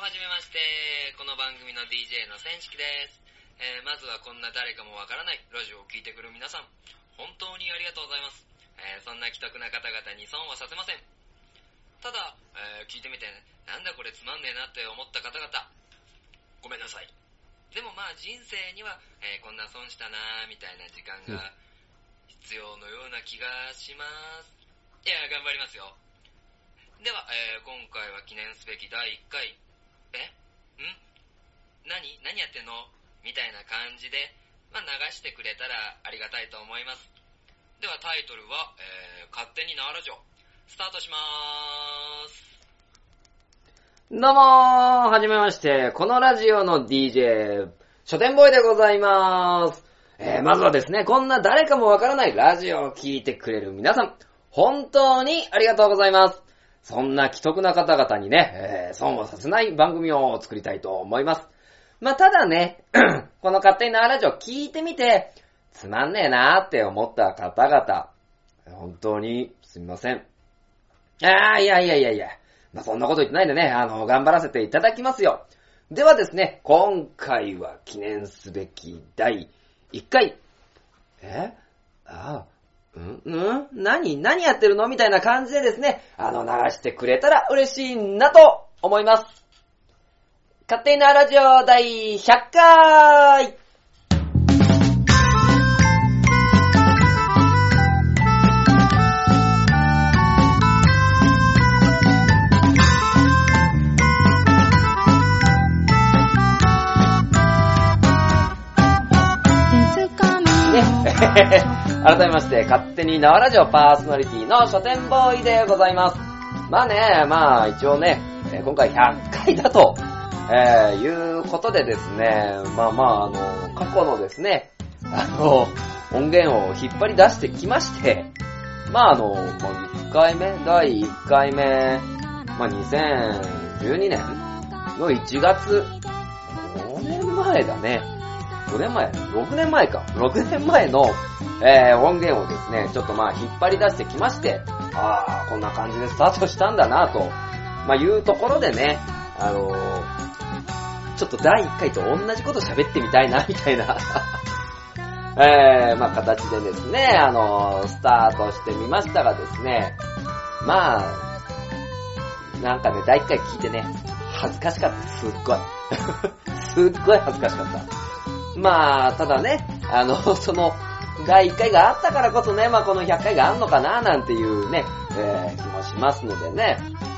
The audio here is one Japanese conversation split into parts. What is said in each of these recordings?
はじめまして。この番組の DJ の千式です。まずはこんな誰かもわからないラジオを聞いてくる皆さん、本当にありがとうございます。そんな既得な方々に損はさせません。ただ、聞いてみて、なんだこれつまんねえなって思った方々、ごめんなさい。でもまあ人生には、こんな損したなみたいな時間が必要のような気がします。いや、頑張りますよ。では、今回は記念すべき第1回。何やってんのみたいな感じで、流してくれたらありがたいと思います。ではタイトルは、勝手に縄ラジオ、スタートしまーす。 どうもー、はじめまして。このラジオの DJ、書店ボーイでございます。まずはですね、こんな誰かもわからないラジオを聞いてくれる皆さん、本当にありがとうございます。そんな既得な方々にね、損をさせない番組を作りたいと思います。ただね、この勝手に縄ラジオ聞いてみて、つまんねえなーって思った方々、本当にすみません。いや。そんなこと言ってないんでね、頑張らせていただきますよ。ではですね、今回は記念すべき第1回。何やってるのみたいな感じでですね、流してくれたら嬉しいなと思います。勝手に縄ラジオ第100回改めまして、勝手に縄ラジオパーソナリティの書店ボーイでございます。一応ね、今回100回だと、いうことでですね、過去のですね、音源を引っ張り出してきまして、1回目、第1回目、2012年の1月、5年前だね。6年前の、音源をですね、ちょっと引っ張り出してきまして、こんな感じでスタートしたんだなと、いうところでね、ちょっと第1回と同じこと喋ってみたいな、みたいな、形でですね、スタートしてみましたがですね、第1回聞いてね、恥ずかしかった、すっごい恥ずかしかった。ただね、その、第1回があったからこそね、この100回があんのかな、なんていうね、気もしますのでね、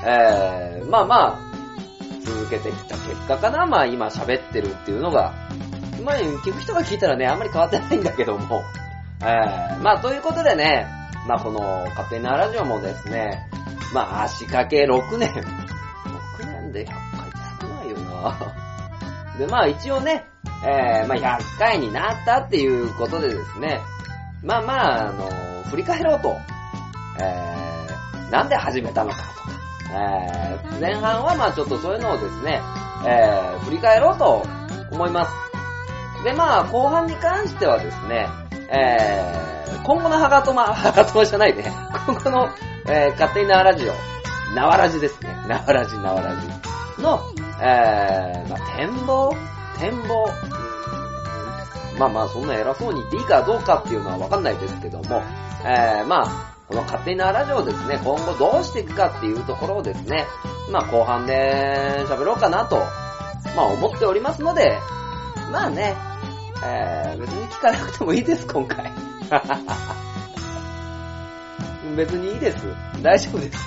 続けてきた結果かな、今喋ってるっていうのが、聞く人が聞いたらね、あんまり変わってないんだけども、ということでね、この勝手に縄ラジオもですね、足掛け6年で100回って少ないよな。で、一応ね、100回になったっていうことでですね、振り返ろうと、なんで始めたのかとか、前半はちょっとそういうのをですね、振り返ろうと思います。で、後半に関してはですね、今後のハガトマじゃないね、今後の、勝手に縄ラジオ、縄ラジですね、縄ラジの、展望そんな偉そうに言っていいかどうかっていうのはわかんないですけども、この勝手に縄ラジオをですね、今後どうしていくかっていうところをですね、後半で喋ろうかなと、思っておりますので、別に聞かなくてもいいです、今回。別にいいです。大丈夫です。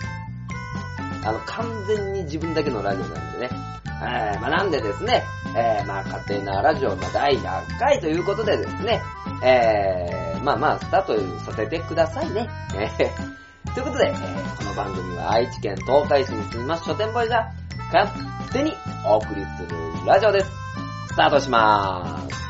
完全に自分だけのラジオなんでね。なんでですね、勝手に縄ラジオの第100回ということでですね、スタートさせてくださいね。ということで、この番組は愛知県東海市に住みます書店ボーイが勝手にお送りするラジオです。スタートしまーす。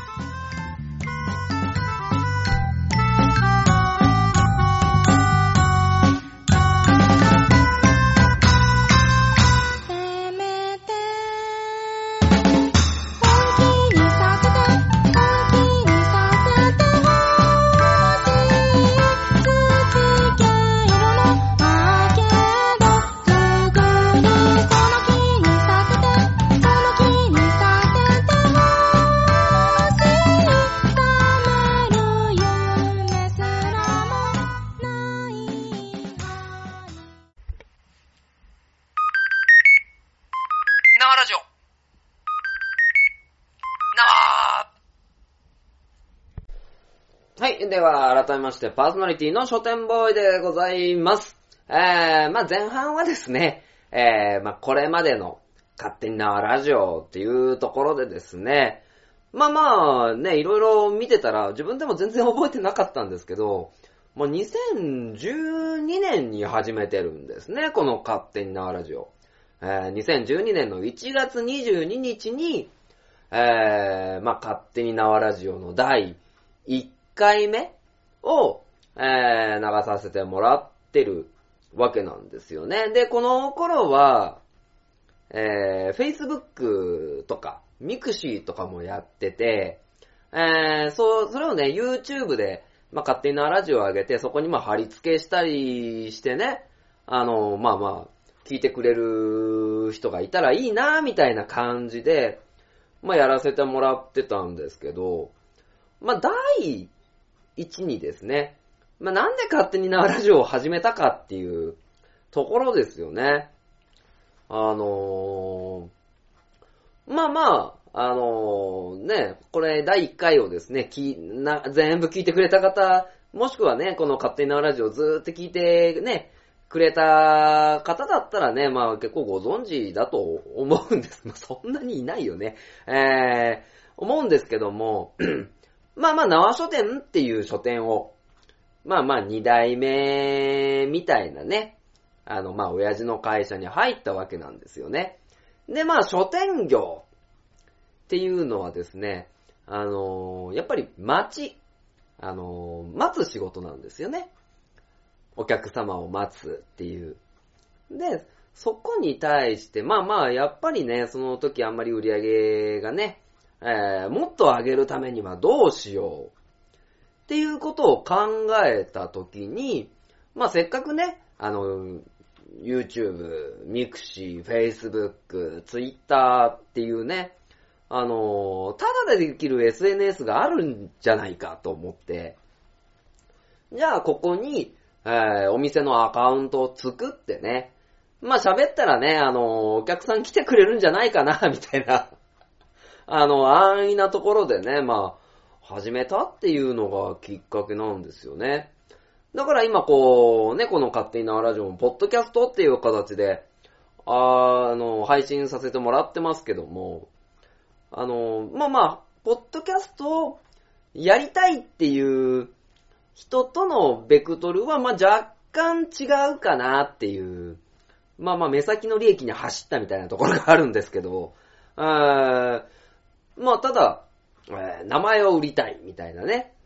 はい。では、改めまして、パーソナリティの書店ボーイでございます。前半はですね、これまでの勝手に縄ラジオっていうところでですね、いろいろ見てたら、自分でも全然覚えてなかったんですけど、もう2012年に始めてるんですね、この勝手に縄ラジオ。2012年の1月22日に、勝手に縄ラジオの第1回目を、流させてもらってるわけなんですよね。で、この頃は、Facebook とか、ミクシーとかもやってて、それをね、YouTube で、勝手に縄ラジオを上げて、そこに貼り付けしたりしてね、聞いてくれる人がいたらいいな、みたいな感じで、やらせてもらってたんですけど、第1にですね、なんで勝手に縄ラジオを始めたかっていうところですよね。これ第1回をですね、全部聞いてくれた方、もしくはね、この勝手に縄ラジオをずーっと聞いてね、くれた方だったらね、結構ご存知だと思うんです。そんなにいないよね。思うんですけども、縄書店っていう書店を、2代目みたいなね、親父の会社に入ったわけなんですよね。で、書店業っていうのはですね、やっぱり待つ仕事なんですよね。お客様を待つっていう。で、そこに対して、やっぱりね、その時あんまり売り上げがね、もっと上げるためにはどうしようっていうことを考えた時に、せっかくね、YouTube、Mixi、Facebook、Twitter っていうね、ただでできる SNS があるんじゃないかと思って、じゃあここに、お店のアカウントを作ってね、喋ったらね、お客さん来てくれるんじゃないかな、みたいな、安易なところでね、始めたっていうのがきっかけなんですよね。だから今この勝手に縄ラジオも、ポッドキャストっていう形で、配信させてもらってますけども、ポッドキャストをやりたいっていう人とのベクトルは、若干違うかなっていう、目先の利益に走ったみたいなところがあるんですけど、ただ、名前を売りたいみたいなね、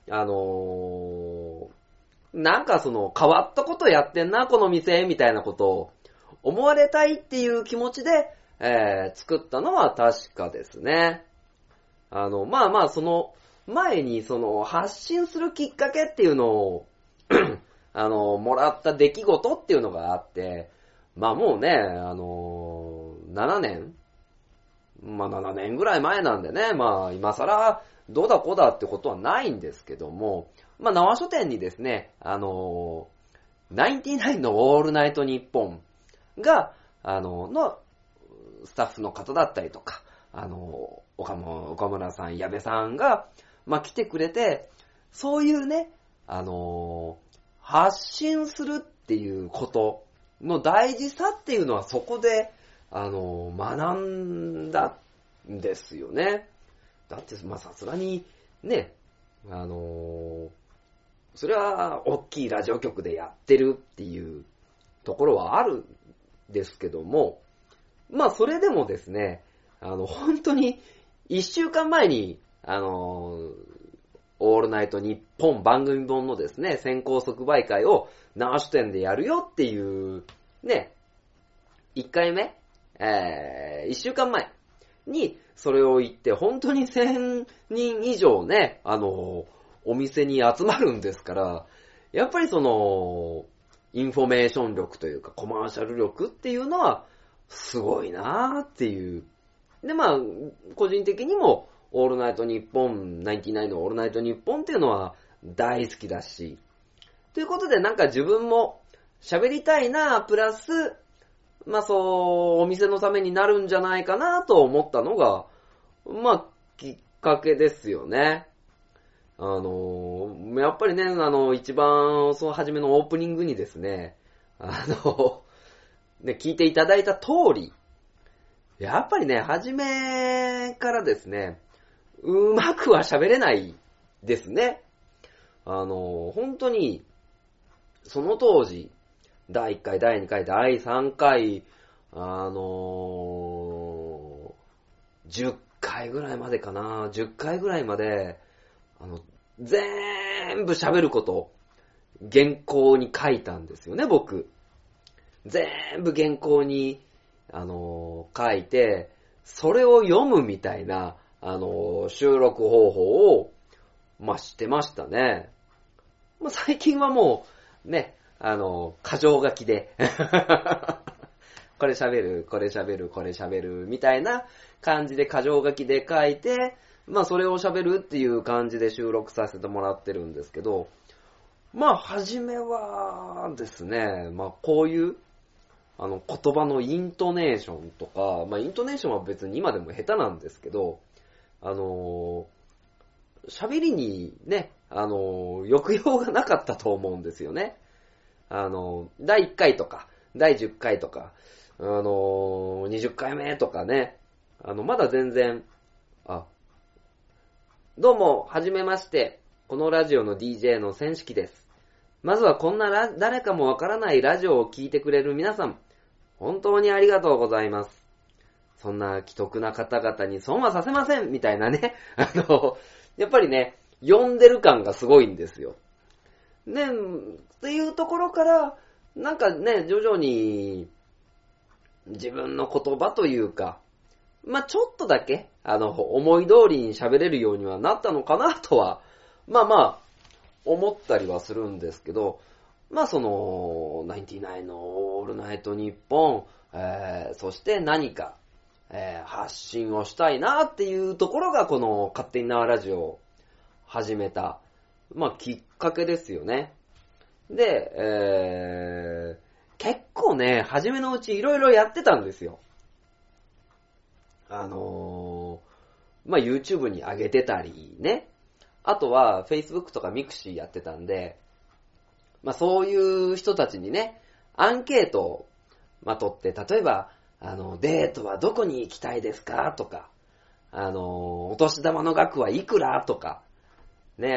なんか変わったことやってんな、この店、みたいなことを思われたいっていう気持ちで、作ったのは確かですね。その前に発信するきっかけっていうのをもらった出来事っていうのがあって、もうね、7年7年ぐらい前なんでね、今更どうだこうだってことはないんですけども、縄書店にですね、ナインティナインのオールナイトニッポンが、のスタッフの方だったりとか、岡村さん、矢部さんが、来てくれて、そういうね、発信するっていうことの大事さっていうのはそこで、学んだんですよね。だって、さすがに、ね、それは、大きいラジオ局でやってるっていうところはあるんですけども、それでもですね、本当に、1週間前に、オールナイトニッポン番組本のですね、先行即売会を縄書店でやるよっていう、ね、1回目、1週間前にそれを言って、本当に1000人以上ね、お店に集まるんですから、やっぱりインフォメーション力というか、コマーシャル力っていうのは、すごいなーっていう。で、個人的にも、オールナイトニッポン、ナインティナインのオールナイトニッポンっていうのは大好きだし。ということで、自分も喋りたいな、プラス、お店のためになるんじゃないかなと思ったのが、きっかけですよね。 やっぱりね、一番初めのオープニングにですね、ね、聞いていただいた通り、やっぱりね、初めからですね、うまくは喋れないですね。本当に、その当時、第1回、第2回、第3回、10回ぐらいまでかな、10回ぐらいまで、全部喋ること、原稿に書いたんですよね、僕。全部原稿に、書いて、それを読むみたいな、収録方法を、してましたね。最近はもう、ね、箇条書きで、これ喋る、これ喋る、これ喋る、みたいな感じで箇条書きで書いて、それを喋るっていう感じで収録させてもらってるんですけど、初めはですね、こういう、言葉のイントネーションとか、イントネーションは別に今でも下手なんですけど、喋りにね、抑揚がなかったと思うんですよね。第1回とか、第10回とか、20回目とかね、まだ全然、どうも、はじめまして、このラジオの DJ の千式です。まずはこんな誰かもわからないラジオを聞いてくれる皆さん、本当にありがとうございます。そんな既得な方々に損はさせませんみたいなね、やっぱりね、読んでる感がすごいんですよ。ね、っていうところから、なんかね、徐々に自分の言葉というか、ちょっとだけ、思い通りに喋れるようにはなったのかなとは、思ったりはするんですけど、その、ナインティナインのオールナイトニッポン、そして何か、発信をしたいなっていうところが、この勝手に縄ラジオを始めた、きっかけですよね。で、結構ね、初めのうちいろいろやってたんですよ。YouTube に上げてたりね。あとは Facebook とか Mixi やってたんで、そういう人たちにね、アンケートを取って、例えば、デートはどこに行きたいですかとか、お年玉の額はいくらとか、ね、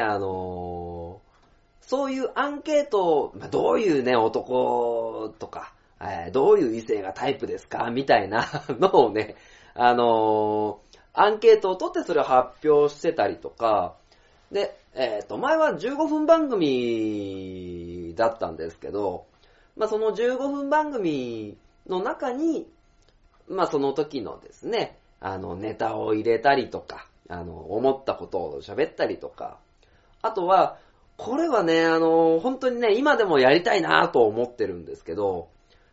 そういうアンケートを、どういうね、男とか、どういう異性がタイプですかみたいなのをね、アンケートを取ってそれを発表してたりとか、で、前は15分番組だったんですけど、その15分番組の中に、その時のですね、ネタを入れたりとか、思ったことを喋ったりとか、あとは、これはね、本当にね、今でもやりたいなと思ってるんですけど、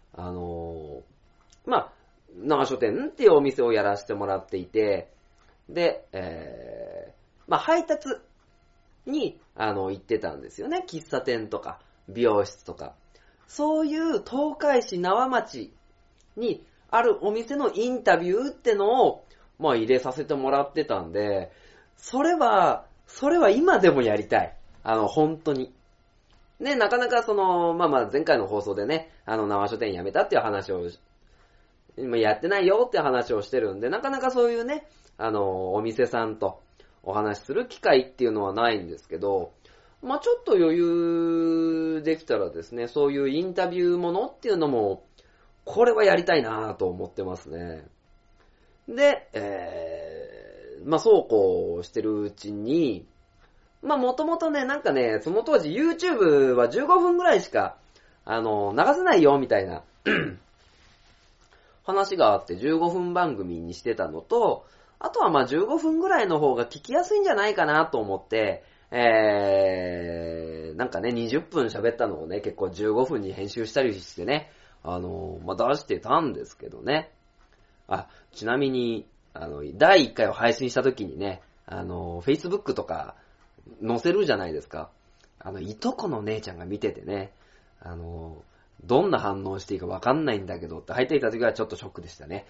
長書店っていうお店をやらせてもらっていて、で、配達に、行ってたんですよね。喫茶店とか、美容室とか。そういう東海市縄町にあるお店のインタビューってのを、入れさせてもらってたんで、それは今でもやりたい。本当に。ね、なかなか前回の放送でね、縄書店辞めたっていう話を、やってないよっていう話をしてるんで、なかなかそういうね、お店さんとお話しする機会っていうのはないんですけど、ちょっと余裕できたらですね、そういうインタビューものっていうのも、これはやりたいなぁと思ってますね。で、そうこうしてるうちに、もともとね、なんかね、その当時 YouTube は15分ぐらいしか、流せないよ、みたいな話があって15分番組にしてたのと、あとは15分ぐらいの方が聞きやすいんじゃないかなと思って、なんかね、20分喋ったのをね、結構15分に編集したりしてね、出してたんですけどね。ちなみに、第1回を配信した時にね、Facebook とか載せるじゃないですか。いとこの姉ちゃんが見ててね、どんな反応していいかわかんないんだけどって入っていた時はちょっとショックでしたね。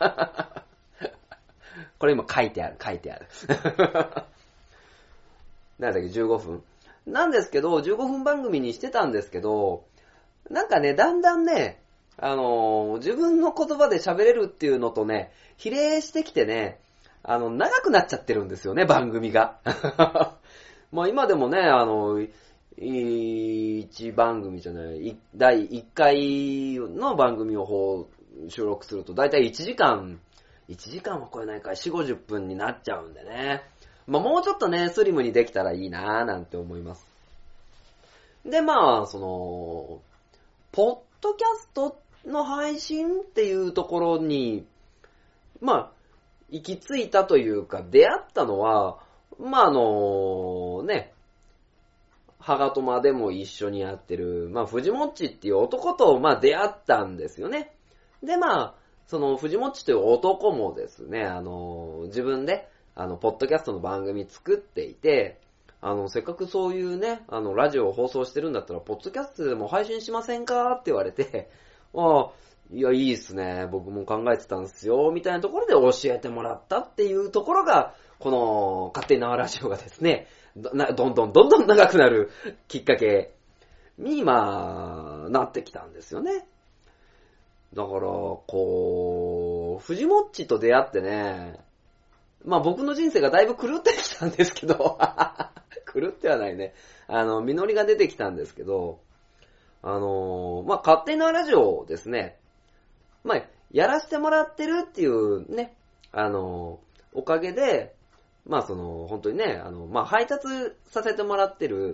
これ今書いてある。 なんだっけ、15分なんですけど、15分番組にしてたんですけど、なんかね、だんだんね、自分の言葉で喋れるっていうのとね、比例してきてね、長くなっちゃってるんですよね、番組が。まあ今でもね、1番組じゃない、第1回の番組を収録すると、だいたい1時間は超えないから4、50分になっちゃうんでね。まあもうちょっとね、スリムにできたらいいなぁなんて思います。で、まあ、ポッドキャストの配信っていうところに、まあ、行き着いたというか、出会ったのは、まあね、ハガトマでも一緒にやってる、まあ、藤もっちっていう男と、まあ、出会ったんですよね。で、まあ、藤もっちという男もですね、自分で、ポッドキャストの番組作っていて、せっかくそういうね、ラジオを放送してるんだったら、ポッドキャストでも配信しませんかって言われて、いや、いいっすね。僕も考えてたんですよ。みたいなところで教えてもらったっていうところが、この、勝手に縄ラジオがですね、どんどん長くなるきっかけに、まあ、なってきたんですよね。だから、藤もっちと出会ってね、まあ僕の人生がだいぶ狂ってきたんですけど、狂ってはないね。実りが出てきたんですけど、まあ勝手なラジオをですね、まあ、やらせてもらってるっていうね、おかげで、まあ本当にね、まあ配達させてもらってる、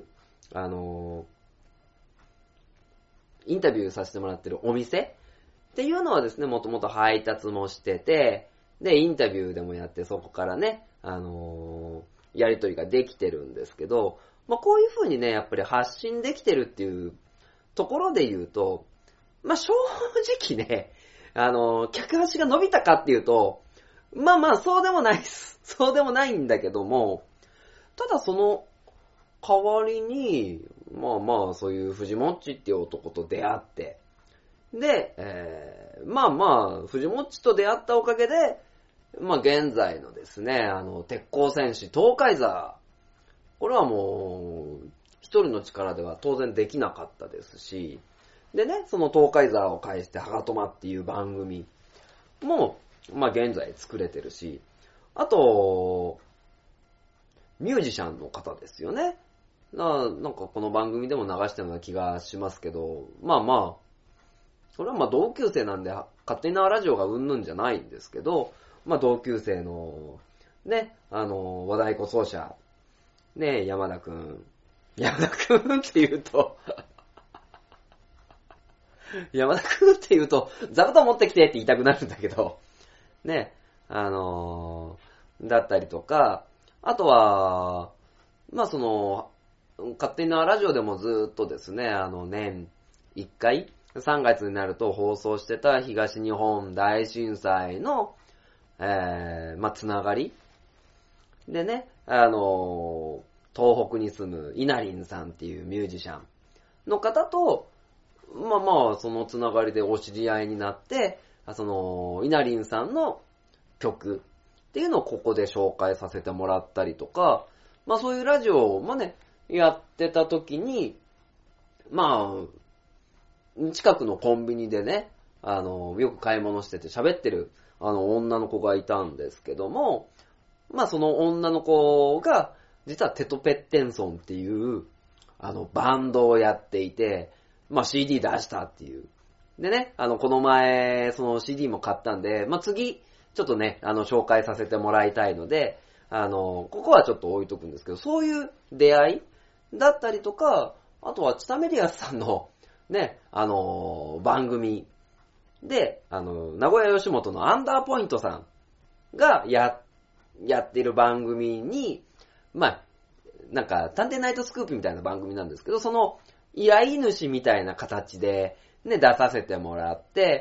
インタビューさせてもらってるお店っていうのはですね、もともと配達もしてて、で、インタビューでもやってそこからね、やりとりができてるんですけど、まあこういう風にね、やっぱり発信できてるっていうところで言うと、まあ正直ね、客足が伸びたかっていうと、まあまあそうでもないです。そうでもないんだけども、ただその代わりに、まあまあそういう藤もっちっていう男と出会って、で、まあまあ藤もっちと出会ったおかげで、まあ現在のですね、鉄鋼戦士東海座、これはもう一人の力では当然できなかったですし、でね、その東海座を介してハガトマっていう番組も、まあ現在作れてるし、あと、ミュージシャンの方ですよね。なんかこの番組でも流したような気がしますけど、まあまあ、それはまあ同級生なんで、勝手なラジオがうんぬんじゃないんですけど、まあ同級生の、ね、和太鼓奏者、ね、山田くんって言うと、山田くんって言うと、座布団持ってきてって言いたくなるんだけど、ね、だったりとか、あとは、まあ勝手なラジオでもずっとですね、年1回、3月になると放送してた東日本大震災の、まあ、つながりでね、東北に住むイナリンさんっていうミュージシャンの方と、まあまあ、そのつながりでお知り合いになって、イナリンさんの曲っていうのをここで紹介させてもらったりとか、まあそういうラジオをね、やってた時に、まあ、近くのコンビニでね、よく買い物してて喋ってる、女の子がいたんですけども、まあその女の子が、実はテトペッテンソンっていう、バンドをやっていて、まあ CD 出したっていう。でね、この前、その CD も買ったんで、まあ次、ちょっとね、紹介させてもらいたいので、ここはちょっと置いとくんですけど、そういう出会いだったりとか、あとはチタメディアスさんのね、番組で、名古屋吉本のアンダーポイントさんがやってる番組に、まあ、なんか、探偵ナイトスクープみたいな番組なんですけど、その依頼主みたいな形で、ね、出させてもらって、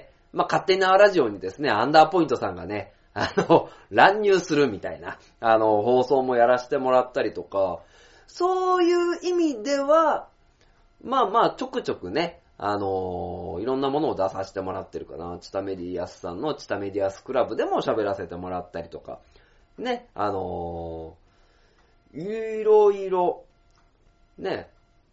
まあ、勝手なラジオにですね、アンダーポイントさんがね、乱入するみたいな、放送もやらせてもらったりとか、そういう意味では、まあまあ、ちょくちょくね、いろんなものを出させてもらってるかな。チタメディアスさんのチタメディアスクラブでも喋らせてもらったりとか、ね、 いろいろ、ね、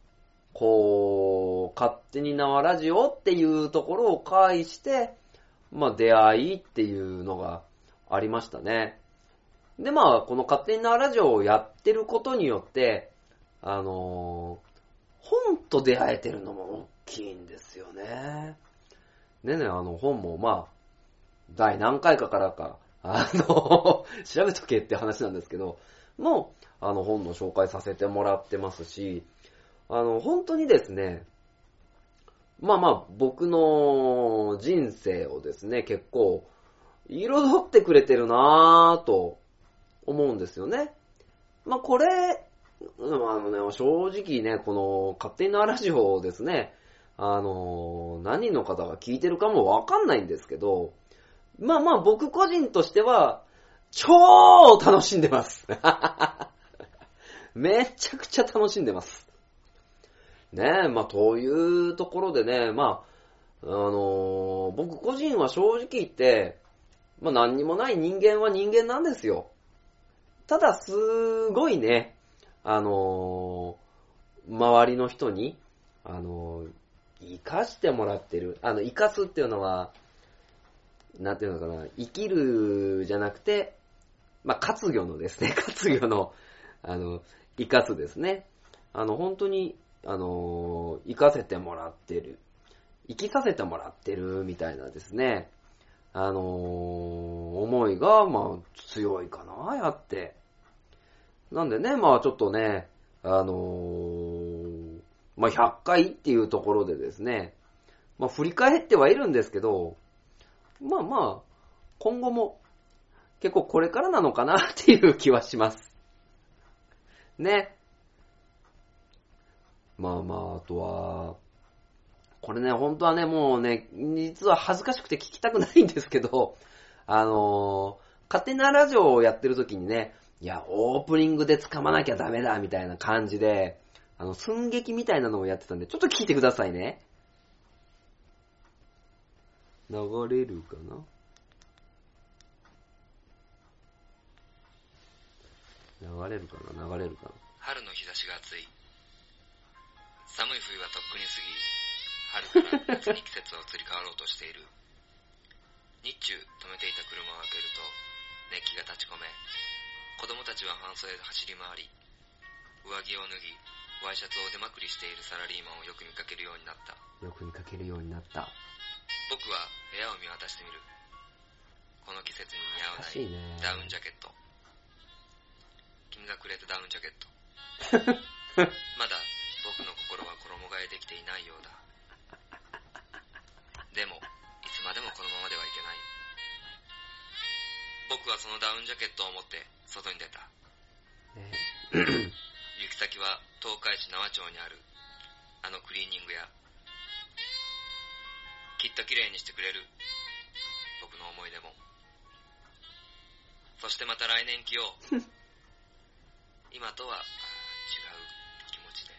こう、勝手に縄ラジオっていうところを介して、まあ出会いっていうのがありましたね。で、まあ、この勝手に縄ラジオをやってることによって、本と出会えてるのも大きいんですよね。でね、本もまあ、第何回かからか、調べとけって話なんですけど、もう、本の紹介させてもらってますし、本当にですね、まあまあ、僕の人生をですね、結構、彩ってくれてるなぁと思うんですよね。まあこれ、正直ね、この勝手に縄ラジオをですね、何人の方が聞いてるかもわかんないんですけど、まあまあ僕個人としては、超楽しんでます。めちゃくちゃ楽しんでます。ねえ、まあというところでね、まあ、僕個人は正直言って、まあ何にもない人間は人間なんですよ。ただすごいね、周りの人に、生かしてもらってる。生かすっていうのは、なんていうのかな、生きるじゃなくて、まあ、活魚のですね、活魚の、生かすですね。本当に、生かせてもらってる。生きさせてもらってるみたいなですね。思いが、まあ、強いかな、やって。なんでね、まあ、ちょっとね、まあ、100回っていうところでですね、まあ、振り返ってはいるんですけど、まあまあ、今後も結構これからなのかなっていう気はします。ね。まあまあ、あとは、これね、本当はね、もうね、実は恥ずかしくて聞きたくないんですけど、勝手なラジオをやってる時にね、いや、オープニングで掴まなきゃダメだ、みたいな感じで、寸劇みたいなのをやってたんで、ちょっと聞いてくださいね。流れるかな？流れるかな？ 春の日差しが暑い。寒い冬はとっくに過ぎ、春から夏に季節は移り変わろうとしている。日中止めていた車を開けると熱気が立ち込め、子供たちは半袖で走り回り、上着を脱ぎ、ワイシャツを腕まくりしているサラリーマンをよく見かけるようになった。僕は部屋を見渡してみる。この季節に似合わないダウンジャケット。君がくれたダウンジャケット。まだ僕の心は衣替えできていないようだ。でも、いつまでもこのままではいけない。僕はそのダウンジャケットを持って外に出た。行き先は東海市縄町にあるあのクリーニング屋。きっと綺麗にしてくれる。僕の思い出も。そしてまた来年着よう。今とは違う気持ち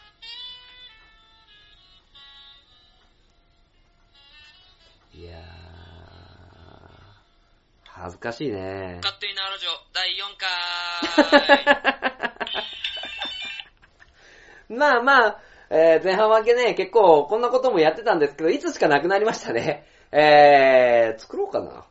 で。いやー、恥ずかしいね。 勝手に縄ラジオ第4回まあまあ、前半分けね、結構こんなこともやってたんですけど、いつしかなくなりましたね。作ろうかな。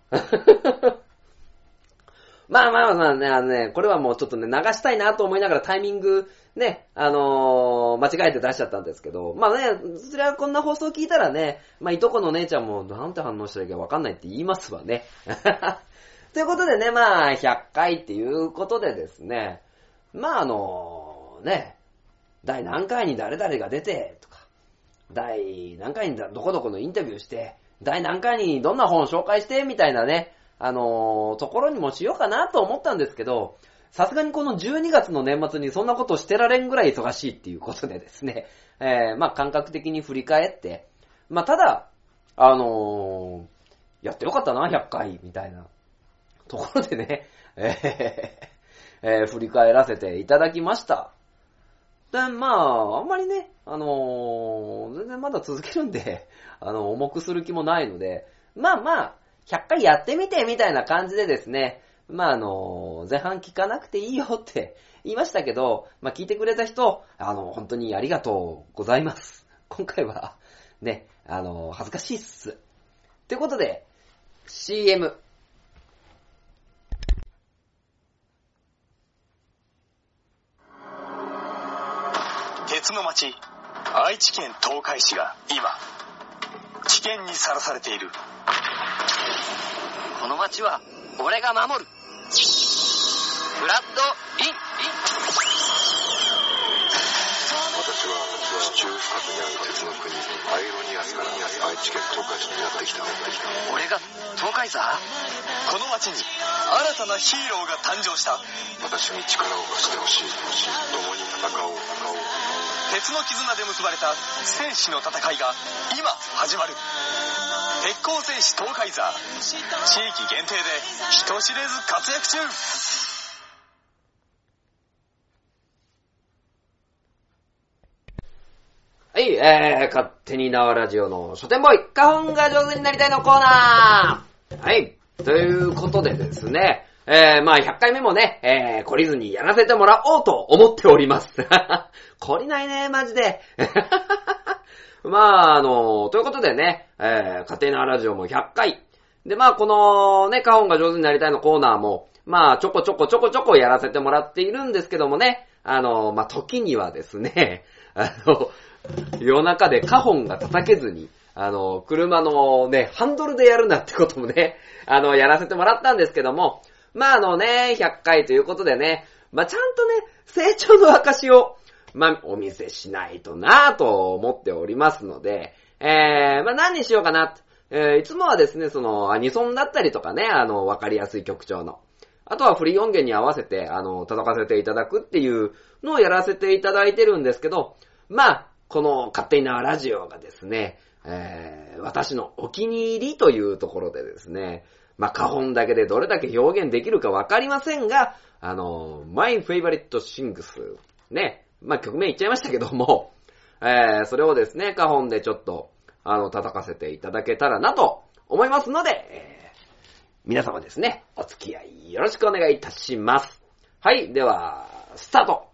まあまあまあね、これはもうちょっとね、流したいなと思いながらタイミングね、間違えて出しちゃったんですけど、まあね、それはこんな放送聞いたらね、まあいとこの姉ちゃんもなんて反応したらいいかわかんないって言いますわね。ということでね、まあ100回っていうことでですね、まあね、第何回に誰々が出てとか、第何回にどこどこのインタビューして、第何回にどんな本を紹介してみたいなね、ところにもしようかなと思ったんですけど、さすがにこの12月の年末にそんなことしてられんぐらい忙しいっていうことでですね、まあ感覚的に振り返って、まあただ、やってよかったな、100回みたいなところでね、振り返らせていただきました。で、まあ、あんまりね、全然まだ続けるんで、重くする気もないので、まあまあ、100回やってみてみたいな感じでですね、 前半聞かなくていいよって言いましたけど、聞いてくれた人、本当にありがとうございます。今回は、ね、恥ずかしいっす。ということで、CM。 鉄の町、愛知県東海市が今、危険にさらされている。 この町は、俺が守る。ブラッド・リン。 私は地中深くにある鉄の国アイロニアスから愛知県東海市にやってきた。 俺が東海座？ この町に新たなヒーローが誕生した。 私に力を貸してほしい。共に戦おう。 鉄の絆で結ばれた戦士の戦いが今始まる。鉄鋼戦士東海座、地域限定で人知れず活躍中。 はい、勝手に縄ラジオの書店ボーイ、花本が上手になりたいのコーナー。はい、ということでですね、100回目もね、懲りずにやらせてもらおうと思っております。懲りないね、マジで。ということでね、勝手に縄ラジオも100回。で、このね、花本が上手になりたいのコーナーも、ちょこちょこやらせてもらっているんですけどもね、時にはですね、夜中で花本が叩けずに、車のね、ハンドルでやるなってこともね、やらせてもらったんですけども、100回ということでね、ちゃんとね、成長の証を、お見せしないとなぁと思っておりますので、何にしようかなと。いつもはですね、アニソンだったりとかね、わかりやすい曲調の。あとはフリー音源に合わせて、叩かせていただくっていうのをやらせていただいてるんですけど、この勝手に縄ラジオがですね、私のお気に入りというところでですね、花本だけでどれだけ表現できるかわかりませんが、My Favorite Things ね、曲名言っちゃいましたけども、それをですね、花本でちょっと、叩かせていただけたらなと思いますので、皆様ですね、お付き合いよろしくお願いいたします。はい、では、スタート。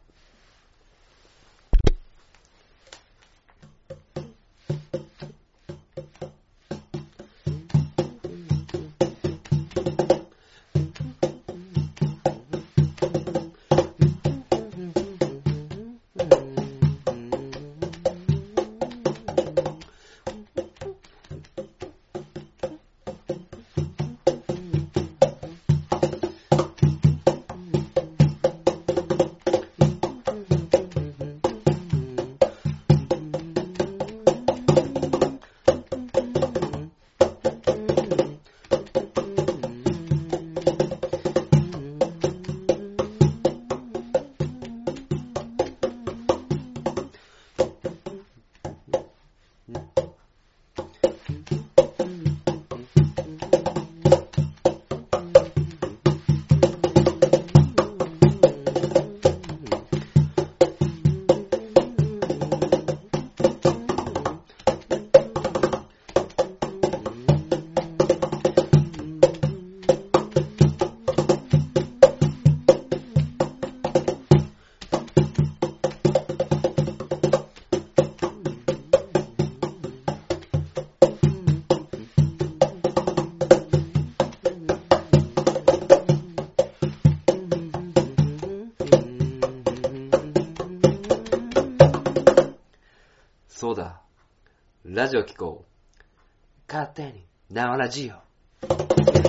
そうだ。ラジオ聞こう。勝手に縄ラジオ。という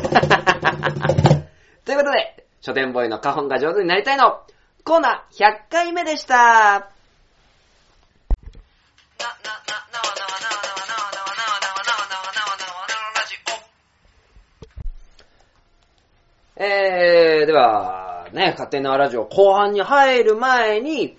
ことで、書店ボーイの花本が上手になりたいのコーナー100回目でした。では、ね、勝手に縄ラジオ後半に入る前に、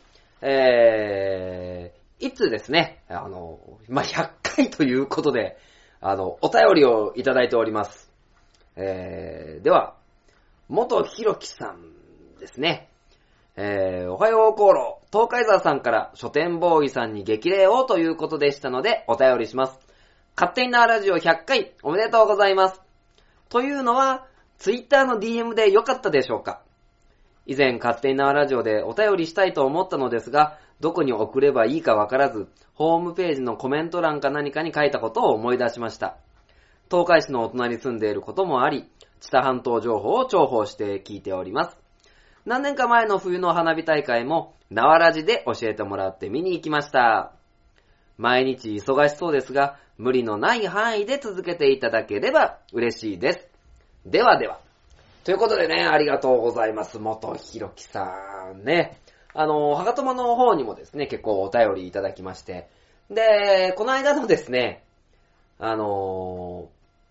いつですね、100回ということで、お便りをいただいております。では、元ひろきさんですね。おはようコーロ、東海沢さんから書店ボーイさんに激励をということでしたので、お便りします。勝手に縄ラジオ100回おめでとうございます。というのは、 ツイッターの DM でよかったでしょうか？以前勝手に縄ラジオでお便りしたいと思ったのですが、どこに送ればいいかわからず、ホームページのコメント欄か何かに書いたことを思い出しました。東海市のお隣に住んでいることもあり、知多半島情報を重宝して聞いております。何年か前の冬の花火大会も、縄ラジで教えてもらって見に行きました。毎日忙しそうですが、無理のない範囲で続けていただければ嬉しいです。ではでは。ということでね、ありがとうございます。元ひろきさんね。はがとまの方にもですね、結構お便りいただきまして。で、この間のですね、ヤンフ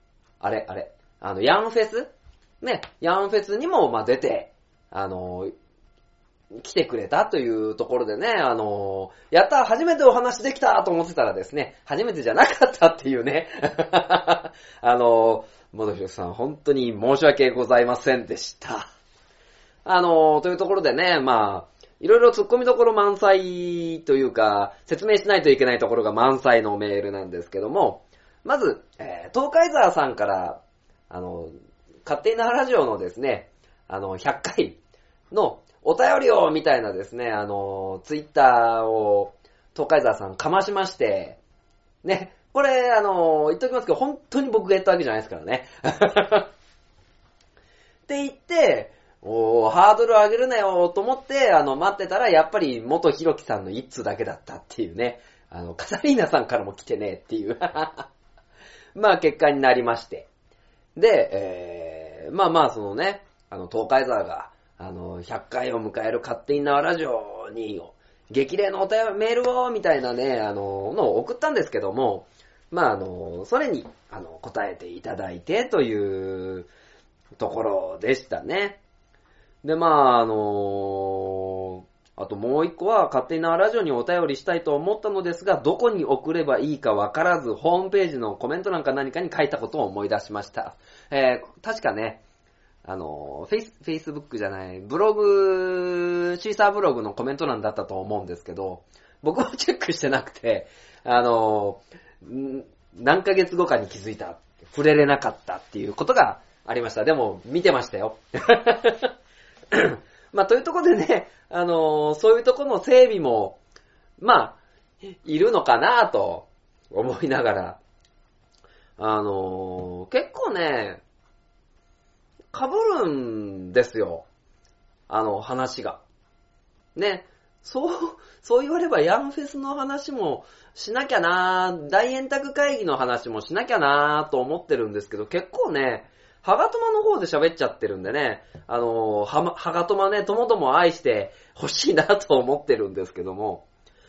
ェスね、ヤンフェスにも、出て、来てくれたというところでね、やった、初めてお話できたと思ってたらですね、初めてじゃなかったっていうね、元ひろきさん、本当に申し訳ございませんでした。というところでね、いろいろ突っ込みどころ満載というか、説明しないといけないところが満載のメールなんですけども、まず、東海沢さんから、勝手に縄ラジオのですね、100回のお便りをみたいなですね、ツイッターを東海沢さんかましまして、ね、これ、言っときますけど、本当に僕が言ったわけじゃないですからね。って言って、ハードル上げるなよと思って、待ってたら、やっぱり元ひろきさんの一通だけだったっていうね、カタリーナさんからも来てねえっていう、結果になりまして。で、そのね、東海沢が、100回を迎える勝手に縄ラジオに、激励のお便りメールを、みたいなね、のを送ったんですけども、それに、答えていただいてというところでしたね。で、あともう一個は、勝手に縄ラジオにお便りしたいと思ったのですが、どこに送ればいいかわからず、ホームページのコメント欄か何かに書いたことを思い出しました。確かね、Facebook じゃない、ブログ、シーサーブログのコメント欄だったと思うんですけど、僕もチェックしてなくて、何ヶ月後かに気づいた、触れれなかったっていうことがありました。でも、見てましたよ。というところでね、そういうところの整備も、いるのかなと思いながら、結構ね、被るんですよ。話が。ね、そう言わればヤンフェスの話もしなきゃな、大円卓会議の話もしなきゃなと思ってるんですけど、結構ね、はがとまの方で喋っちゃってるんでね、はがとまね、ともとも愛してほしいなと思ってるんですけども、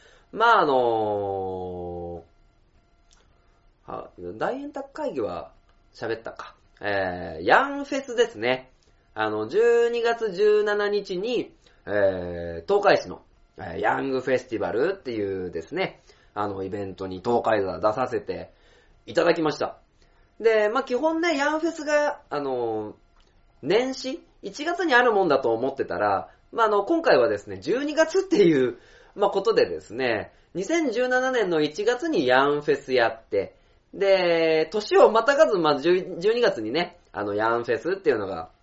大円卓会議は喋ったか。ヤンフェスですね。12月17日に、東海市の、ヤングフェスティバルっていうですね、イベントに東海座出させていただきました。で、基本ね、ヤンフェスが、年始 ?1 月にあるもんだと思ってたら、今回はですね、12月っていう、ことでですね、2017年の1月にヤンフェスやって、で、年をまたがず、12月にね、ヤンフェスっていうのが、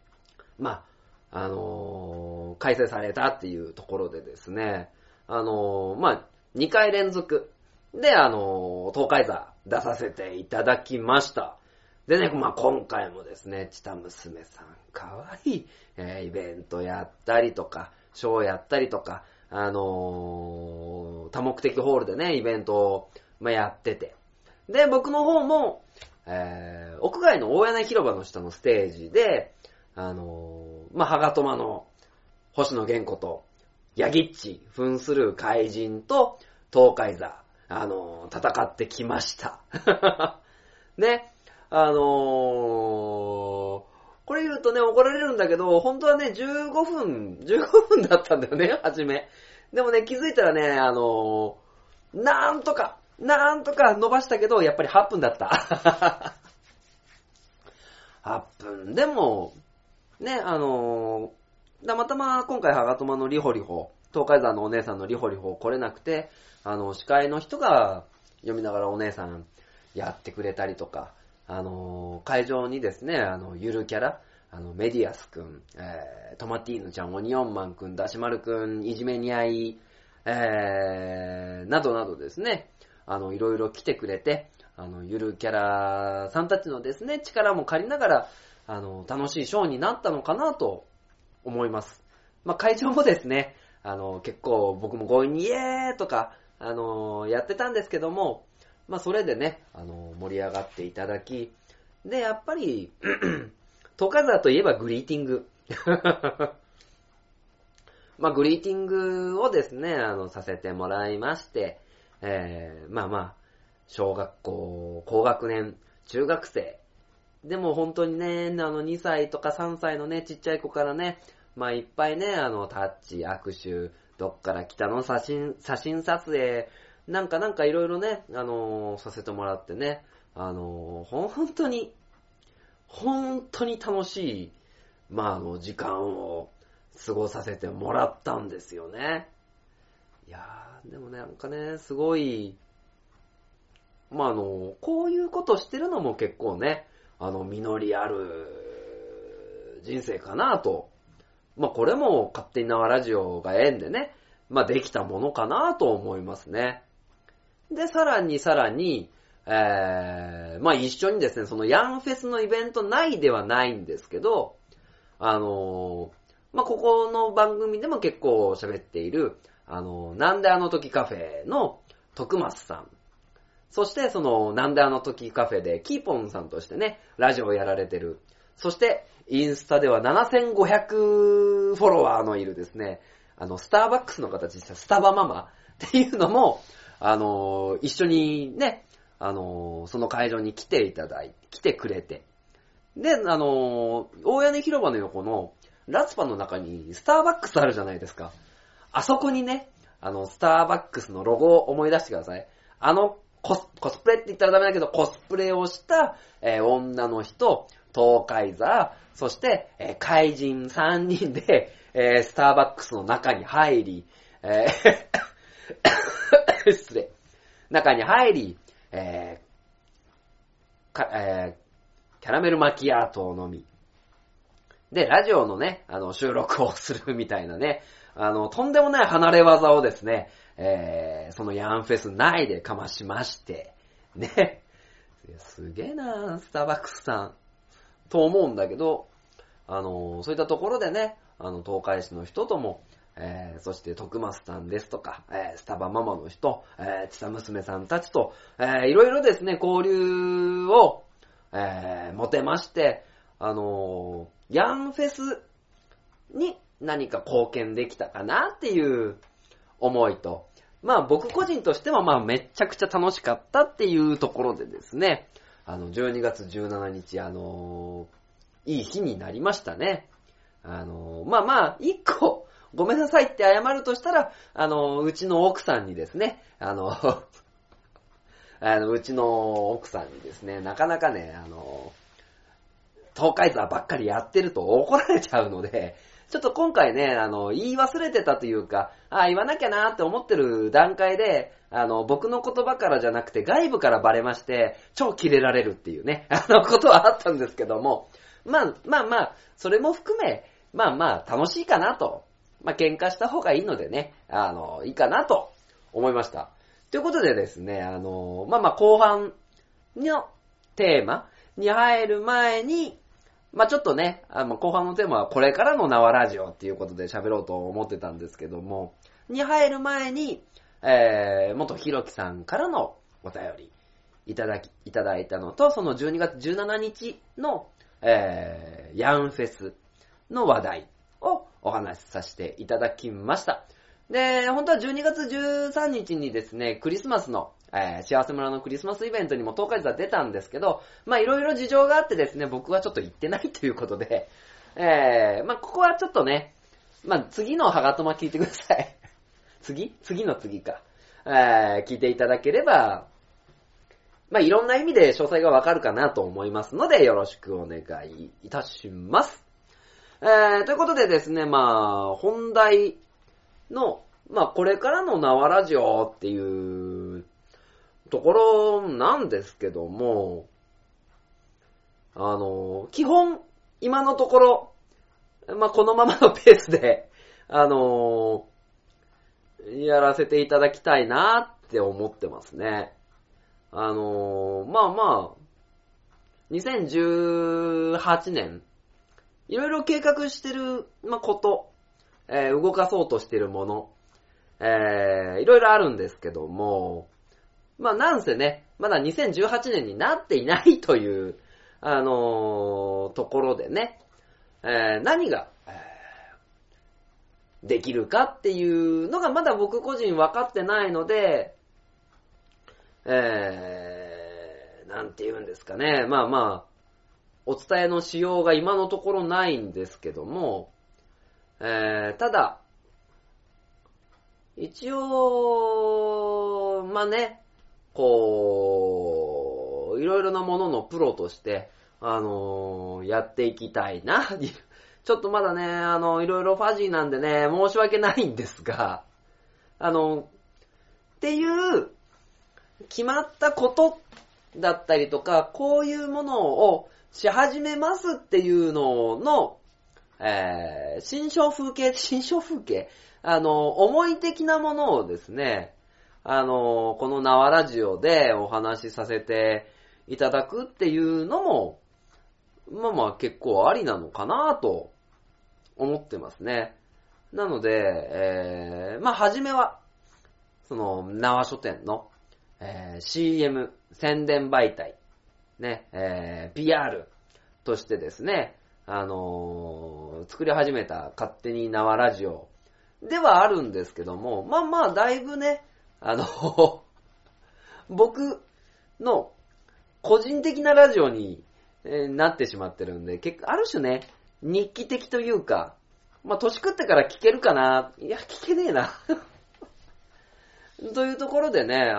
開催されたっていうところでですね、2回連続で、東海座出させていただきました。でね、今回もですね、ちた娘さんかわいい、イベントやったりとか、ショーやったりとか、多目的ホールでね、イベントを、やってて。で、僕の方も、屋外の大屋根広場の下のステージで、はがとまの星野源子と、ヤギッチ、扮する怪人と、東海座、戦ってきました。ね、これ言うとね、怒られるんだけど、本当はね、15分だったんだよね、初め。でもね、気づいたらね、なんとか伸ばしたけど、やっぱり8分だった。8分。でも、ね、たまたま今回はがとまのリホリホ、東海山のお姉さんのリホリホ来れなくて、司会の人が読みながらお姉さんやってくれたりとか、 会場にですね、ゆるキャラ、メディアスくん、トマティーヌちゃん、オニオンマンくん、ダシマルくん、いじめにあい、などなどですね、いろいろ来てくれて、ゆるキャラさんたちのですね、力も借りながら、楽しいショーになったのかなと思います。まあ、会場もですね、結構僕も強引にイエーとか、やってたんですけども、まあ、それでね、盛り上がっていただき、で、やっぱり、東海沢といえばグリーティング。まあ、グリーティングをですね、させてもらいまして、まあ、小学校、高学年、中学生。でも本当にね、2歳とか3歳のね、ちっちゃい子からね、まあいっぱいね、タッチ、握手、どっから来たの写真撮影、なんかいろいろね、させてもらってね、本当に楽しい、まあ時間を過ごさせてもらったんですよね。いやー、でもね、なんかね、すごい、まあこういうことしてるのも結構ね、実りある人生かなと。まあこれも勝手に縄ラジオが縁でね、まあできたものかなと思いますね。で、さらに、まあ一緒にですね、そのヤンフェスのイベント内ではないんですけど、まあここの番組でも結構喋っている、なんであの時カフェの徳松さん。そしてそのなんであの時カフェでキーポンさんとしてね、ラジオをやられてる。そしてインスタでは7500フォロワーのいるですね、スターバックスの形したスタバママっていうのも、一緒にね、その会場に来てくれて。で、大屋根広場の横のラツパの中にスターバックスあるじゃないですか。あそこにね、スターバックスのロゴを思い出してください。コスプレって言ったらダメだけど、コスプレをした、女の人、東海座、そして、怪人3人で、スターバックスの中に入り、失礼。中に入り、キャラメルマキアートを飲み、で、ラジオのね、収録をするみたいなね、とんでもない離れ技をですね、そのヤンフェス内でかましまして、ね。すげえなスターバックスさん。と思うんだけど、そういったところでね、東海市の人とも、そして徳松さんですとか、スタバママの人、ちさ娘さんたちと、いろいろですね、交流を、持てまして、ヤンフェスに何か貢献できたかなっていう思いと、まあ僕個人としてはまあめちゃくちゃ楽しかったっていうところでですね、12月17日、いい日になりましたね。一個、ごめんなさいって謝るとしたら、うちの奥さんにですね、うちの奥さんにですね、なかなかね、東海座ばっかりやってると怒られちゃうので、ちょっと今回ね、言い忘れてたというか、言わなきゃなーって思ってる段階で、僕の言葉からじゃなくて外部からバレまして、超キレられるっていうね、ことはあったんですけども、まあ、それも含め、楽しいかなと。喧嘩した方がいいのでね、いいかなと思いました。ということでですね、後半のテーマに入る前に、ちょっとね、後半のテーマはこれからの縄ラジオっていうことで喋ろうと思ってたんですけども、に入る前に、元ひろきさんからのお便りいただいたのと、その12月17日の、ヤンフェスの話題をお話しさせていただきました。で、本当は12月13日にですね、クリスマスの、幸せ村のクリスマスイベントにも東海座出たんですけど、いろいろ事情があってですね、僕はちょっと行ってないということで、ここはちょっとね、次のハガトマ聞いてください。次の次か。聞いていただければ、いろんな意味で詳細がわかるかなと思いますので、よろしくお願いいたします。ということでですね、本題の、これからの縄ラジオっていうところなんですけども、 基本、今のところ、まあ、このままのペースで、やらせていただきたいなって思ってますね。まあまあ、2018年、いろいろ計画してる、こと、動かそうとしてるもの、いろいろあるんですけども、なんせね、まだ2018年になっていないという、ところでね、何が、できるかっていうのがまだ僕個人分かってないので、なんて言うんですかね、お伝えのしようが今のところないんですけども、ただ、一応、いろいろなもののプロとして、やっていきたいな。ちょっとまだね、いろいろファジーなんでね、申し訳ないんですが、っていう、決まったことだったりとか、こういうものをし始めますっていうのの、心象風景、思い的なものをですね、この縄ラジオでお話しさせていただくっていうのも、結構ありなのかなと思ってますね。なので、初めは、その、縄書店の、CM、宣伝媒体、ね、PR としてですね、作り始めた勝手に縄ラジオではあるんですけども、だいぶね、僕の個人的なラジオになってしまってるんで、結構ある種ね、日記的というか、年食ってから聞けるかな、いや、聞けねえな。というところでね、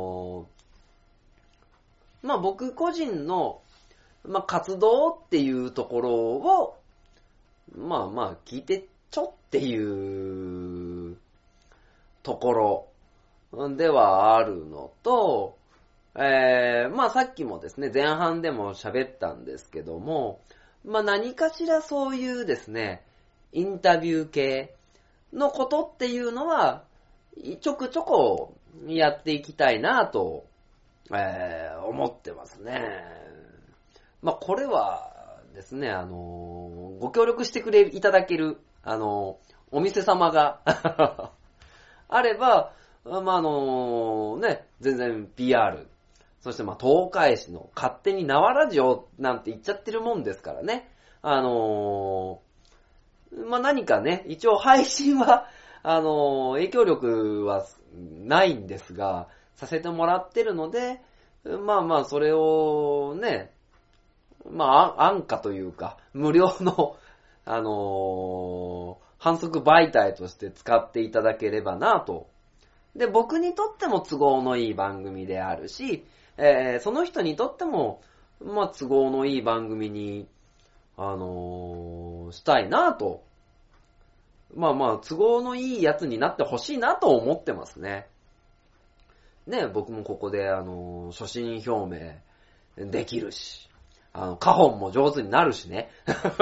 僕個人の、活動っていうところを、聞いてちょっていうところではあるのと、さっきもですね、前半でも喋ったんですけども、何かしらそういうですね、インタビュー系のことっていうのは、ちょくちょこやっていきたいなと、思ってますね。これはですね、ご協力していただける、お店様があれば、全然 PR、そして東海市の勝手に縄ラジオなんて言っちゃってるもんですからね。何かね、一応配信は、影響力はないんですが、させてもらってるので、それをね、安価というか、無料の、反則媒体として使っていただければなと。で、僕にとっても都合のいい番組であるし、その人にとっても、都合のいい番組に、したいなと。都合のいいやつになってほしいなと思ってますね。ね、僕もここで、初心表明できるし、花本も上手になるしね。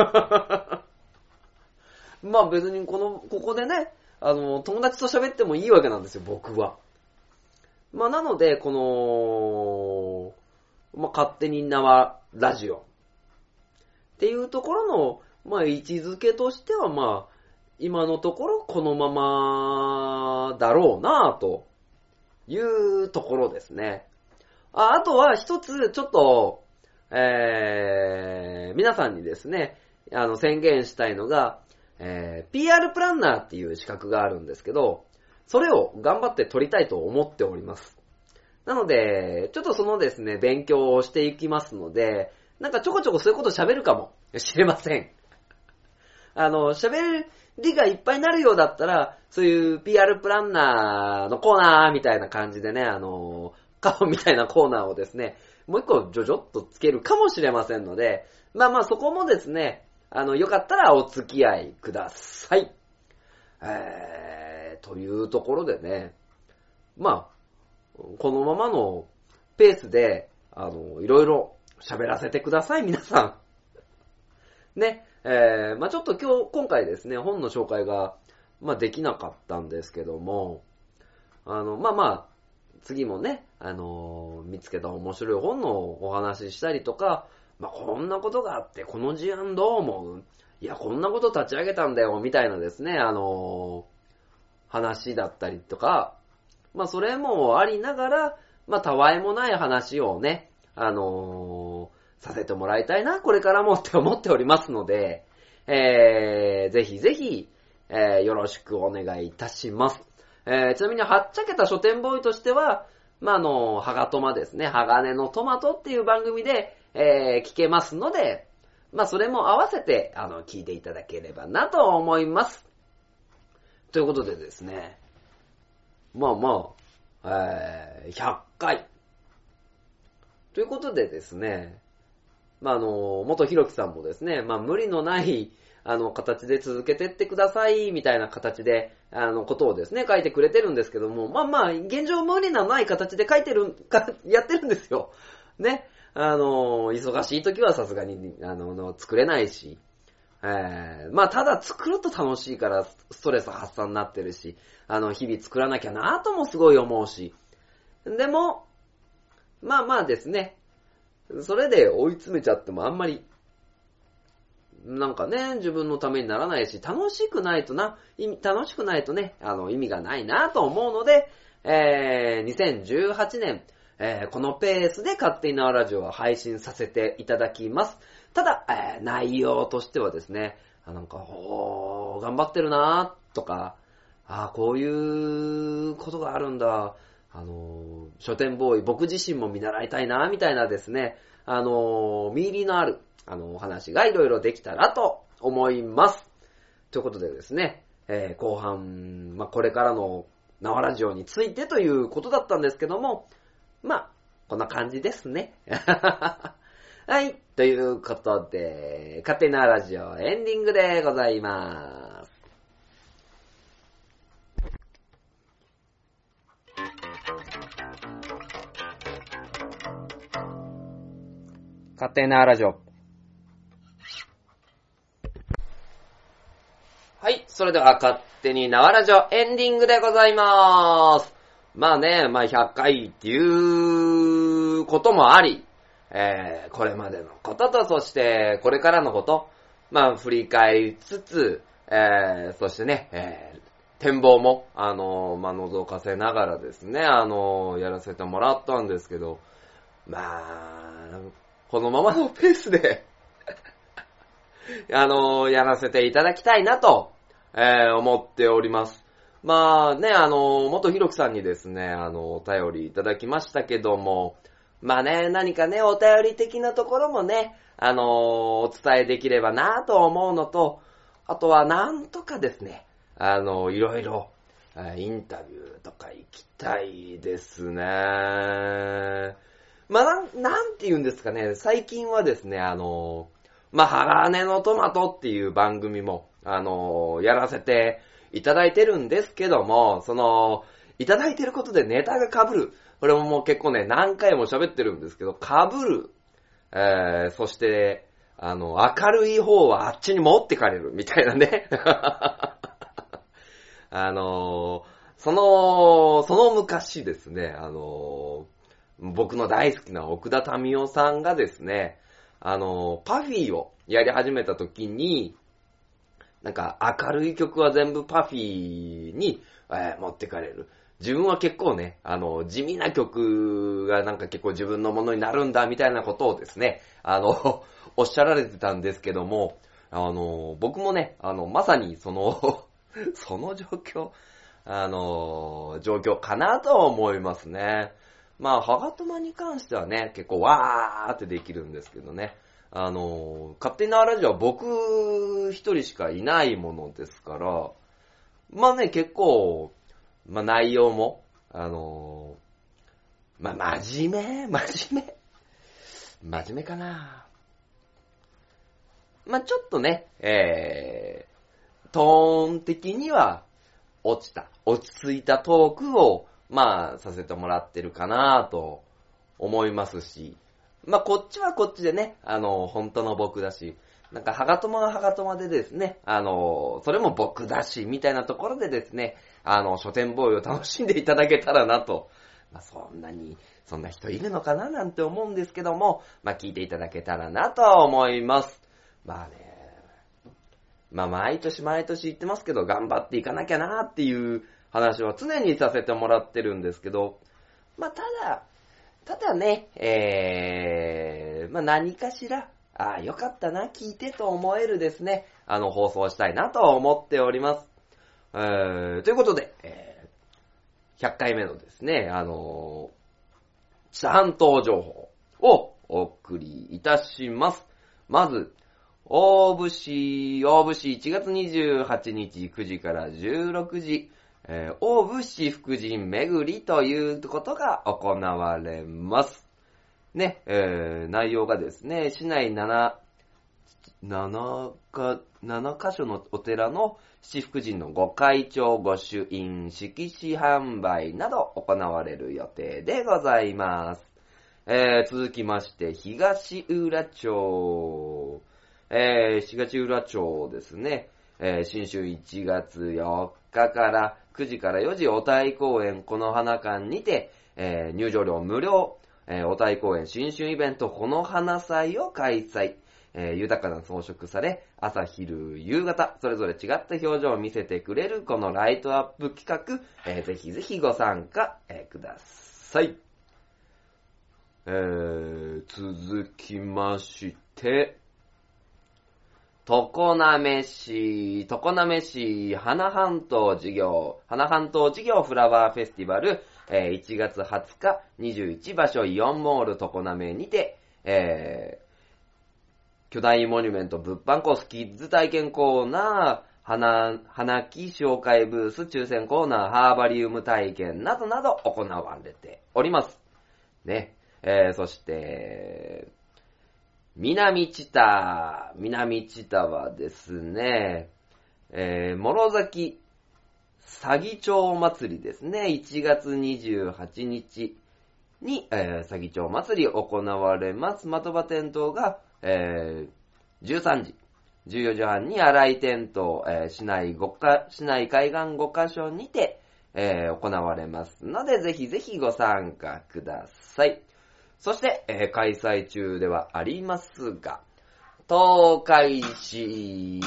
別にここでね、友達と喋ってもいいわけなんですよ、僕は。なので、勝手に縄ラジオっていうところの、位置づけとしては、今のところこのままだろうなというところですね。あとは一つちょっと、皆さんにですね、宣言したいのが、PR プランナーっていう資格があるんですけど、それを頑張って取りたいと思っております。なので、ちょっとそのですね、勉強をしていきますので、ちょこちょこそういうこと喋るかもしれません。喋りがいっぱいになるようだったら、そういう PR プランナーのコーナーみたいな感じでね、顔みたいなコーナーをですね、もう一個ジョジョっとつけるかもしれませんので、そこもですね、よかったらお付き合いください。というところでね、このままのペースで、いろいろ喋らせてください、皆さん。ね、まあちょっと今回ですね、本の紹介が、まあできなかったんですけども、次もね、見つけた面白い本のお話ししたりとか、まあこんなことがあって、この事案どう思う？いや、こんなこと立ち上げたんだよ、みたいなですね、話だったりとか、まあそれもありながら、まあたわいもない話をね、させてもらいたいな、これからもって思っておりますので、ぜひぜひ、よろしくお願いいたします。ちなみに、はっちゃけた書店ボーイとしては、まあ、はがとまですね、鋼のトマトっていう番組で、聞けますので、まあ、それも合わせて、聞いていただければなと思います。ということでですね、100回。ということでですね、まあ、元ひろきさんもですね、まあ、無理のない、形で続けてってください、みたいな形で、ことをですね、書いてくれてるんですけども、現状無理のない形でやってるんですよ。ね。忙しい時はさすがに、作れないし、まあ、ただ作ると楽しいからストレス発散になってるし、日々作らなきゃなぁともすごい思うし。でも、まあですね、それで追い詰めちゃってもあんまり、なんかね、自分のためにならないし、楽しくないとね、意味がないなと思うので、2018年、このペースで勝手に縄ラジオは配信させていただきます。ただ、内容としてはですね、頑張ってるなとか、こういうことがあるんだ、書店ボーイ、僕自身も見習いたいなみたいなですね、見入りのある、お話がいろいろできたらと思います。ということでですね、後半、これからの縄ラジオについてということだったんですけども、こんな感じですね。はい、ということで、勝手なラジオエンディングでございます。勝手なラジオ。はい、それでは勝手に縄ラジオエンディングでございまーす。100回っていうこともあり、これまでのことと、そしてこれからのこと、振り返りつつ、そしてね、展望も、覗かせながらですね、やらせてもらったんですけど、このままのペースで、やらせていただきたいなと、思っております。元ひろきさんにですね、お便りいただきましたけども、何かね、お便り的なところもね、お伝えできればなと思うのと、あとはなんとかですね、いろいろ、インタビューとか行きたいですね。なんて言うんですかね、最近はですね、鋼のトマトっていう番組も、やらせていただいてるんですけども、いただいてることでネタが被る。これももう結構ね、何回も喋ってるんですけど、被る。そして、明るい方はあっちに持ってかれる、みたいなね。その昔ですね、僕の大好きな奥田民生さんがですね、パフィーをやり始めた時に、明るい曲は全部パフィーに、持ってかれる。自分は結構ね、地味な曲が結構自分のものになるんだみたいなことをですね、おっしゃられてたんですけども、僕もね、まさにその状況かなと思いますね。ハガトマに関してはね、結構わーってできるんですけどね。勝手なラジオは僕一人しかいないものですから、結構、内容も、真面目かな。ちょっとね、トーン的には落ち着いたトークを、させてもらってるかなと思いますし、 まあ、こっちはこっちでね、本当の僕だし、なんか、はがとまははがとまでですね、それも僕だし、みたいなところでですね、書店ボーイを楽しんでいただけたらなと。まあ、そんな人いるのかななんて思うんですけども、まあ、聞いていただけたらなと思います。まあね、まあ、毎年毎年言ってますけど、頑張っていかなきゃなっていう話は常にさせてもらってるんですけど、まあ、ただね、まあ、何かしら、よかったな、聞いてと思えるですね、放送したいなと思っております。ということで、100回目のですね、知多半島情報をお送りいたします。まず、大府市1月28日9時から16時、大府市福神巡りということが行われます。ね、内容がですね、市内7カ所のお寺の七福神のご開帳、ご朱印、色紙販売など行われる予定でございます。続きまして、東浦町。東浦町ですね、新春1月4日から9時から4時、お台公園この花館にて、入場料無料、お台公園新春イベントこの花祭を開催。豊かな装飾され、朝昼夕方、それぞれ違った表情を見せてくれるこのライトアップ企画、ぜひぜひご参加、ください。続きまして、常滑市花半島事業フラワーフェスティバル、1月20日21場所イオンモール常滑にて、巨大モニュメント物販コースキッズ体験コーナー、花木紹介ブース、抽選コーナー、ハーバリウム体験などなど行われております。ね。そして、南知多はですね、諸崎詐欺町祭りですね、1月28日に、詐欺町祭り行われます。的場店頭が、13時、14時半に荒井店頭、市内海岸5カ所にて、行われますので、ぜひぜひご参加ください。そして、開催中ではありますが、東海市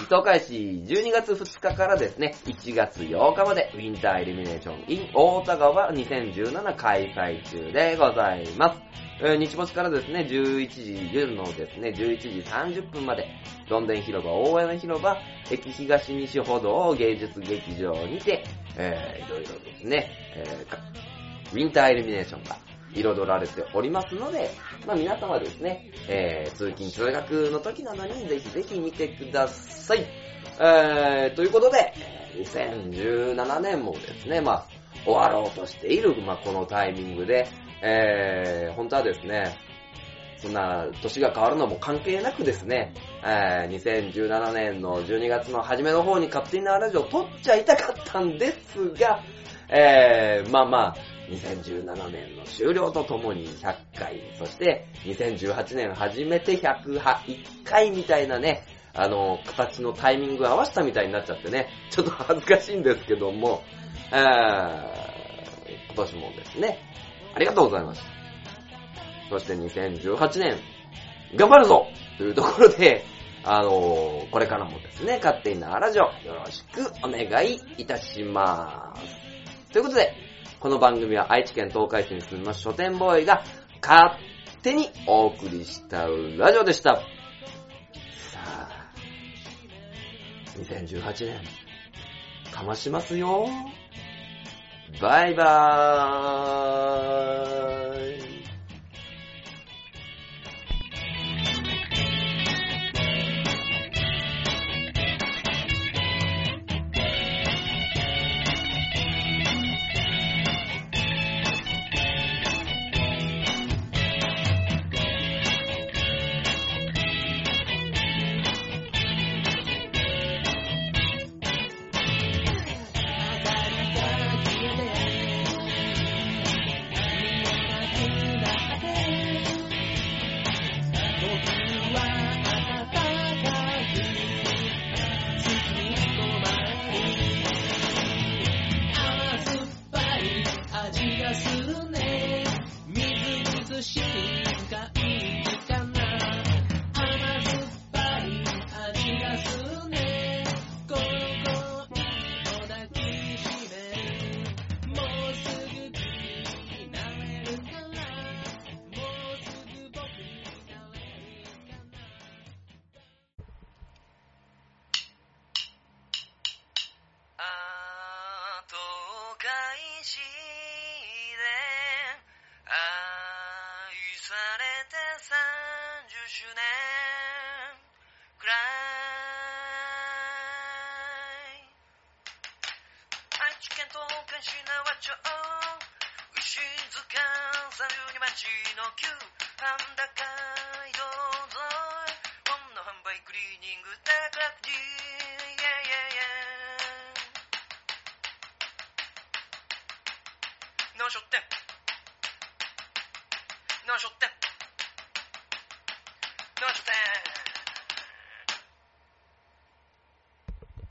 12月2日からですね、1月8日までウィンターイルミネーション in 大田川2017開催中でございます。日没からですね、夜のですね、11時30分まで、どんでん広場、大屋根広場、駅東西歩道芸術劇場にて、いろいろですね、ウィンターイルミネーションが彩られておりますので、まあ皆様ですね、通勤通学の時などにぜひぜひ見てください。ということで、2017年もですね、まあ終わろうとしている、まあこのタイミングで、本当はですね、そんな年が変わるのも関係なくですね、2017年の12月の初めの方に勝手にラジオを撮っちゃいたかったんですが、まあ2017年の終了とともに100回、そして2018年初めて101回みたいなね、形のタイミング合わせたみたいになっちゃってね、ちょっと恥ずかしいんですけども、今年もですね、ありがとうございました。そして2018年、頑張るぞというところで、これからもですね、勝手にラジオよろしくお願いいたします。ということで、この番組は愛知県東海市に住みます書店ボーイが勝手にお送りしたラジオでした。さあ、2018年、かましますよ。バイバーイ。 されて30周年くらい、愛知県東海市名和町石塚32町の旧半田街道沿い、本の販売クリーニング宝くじ、脳書店脳書店脳書店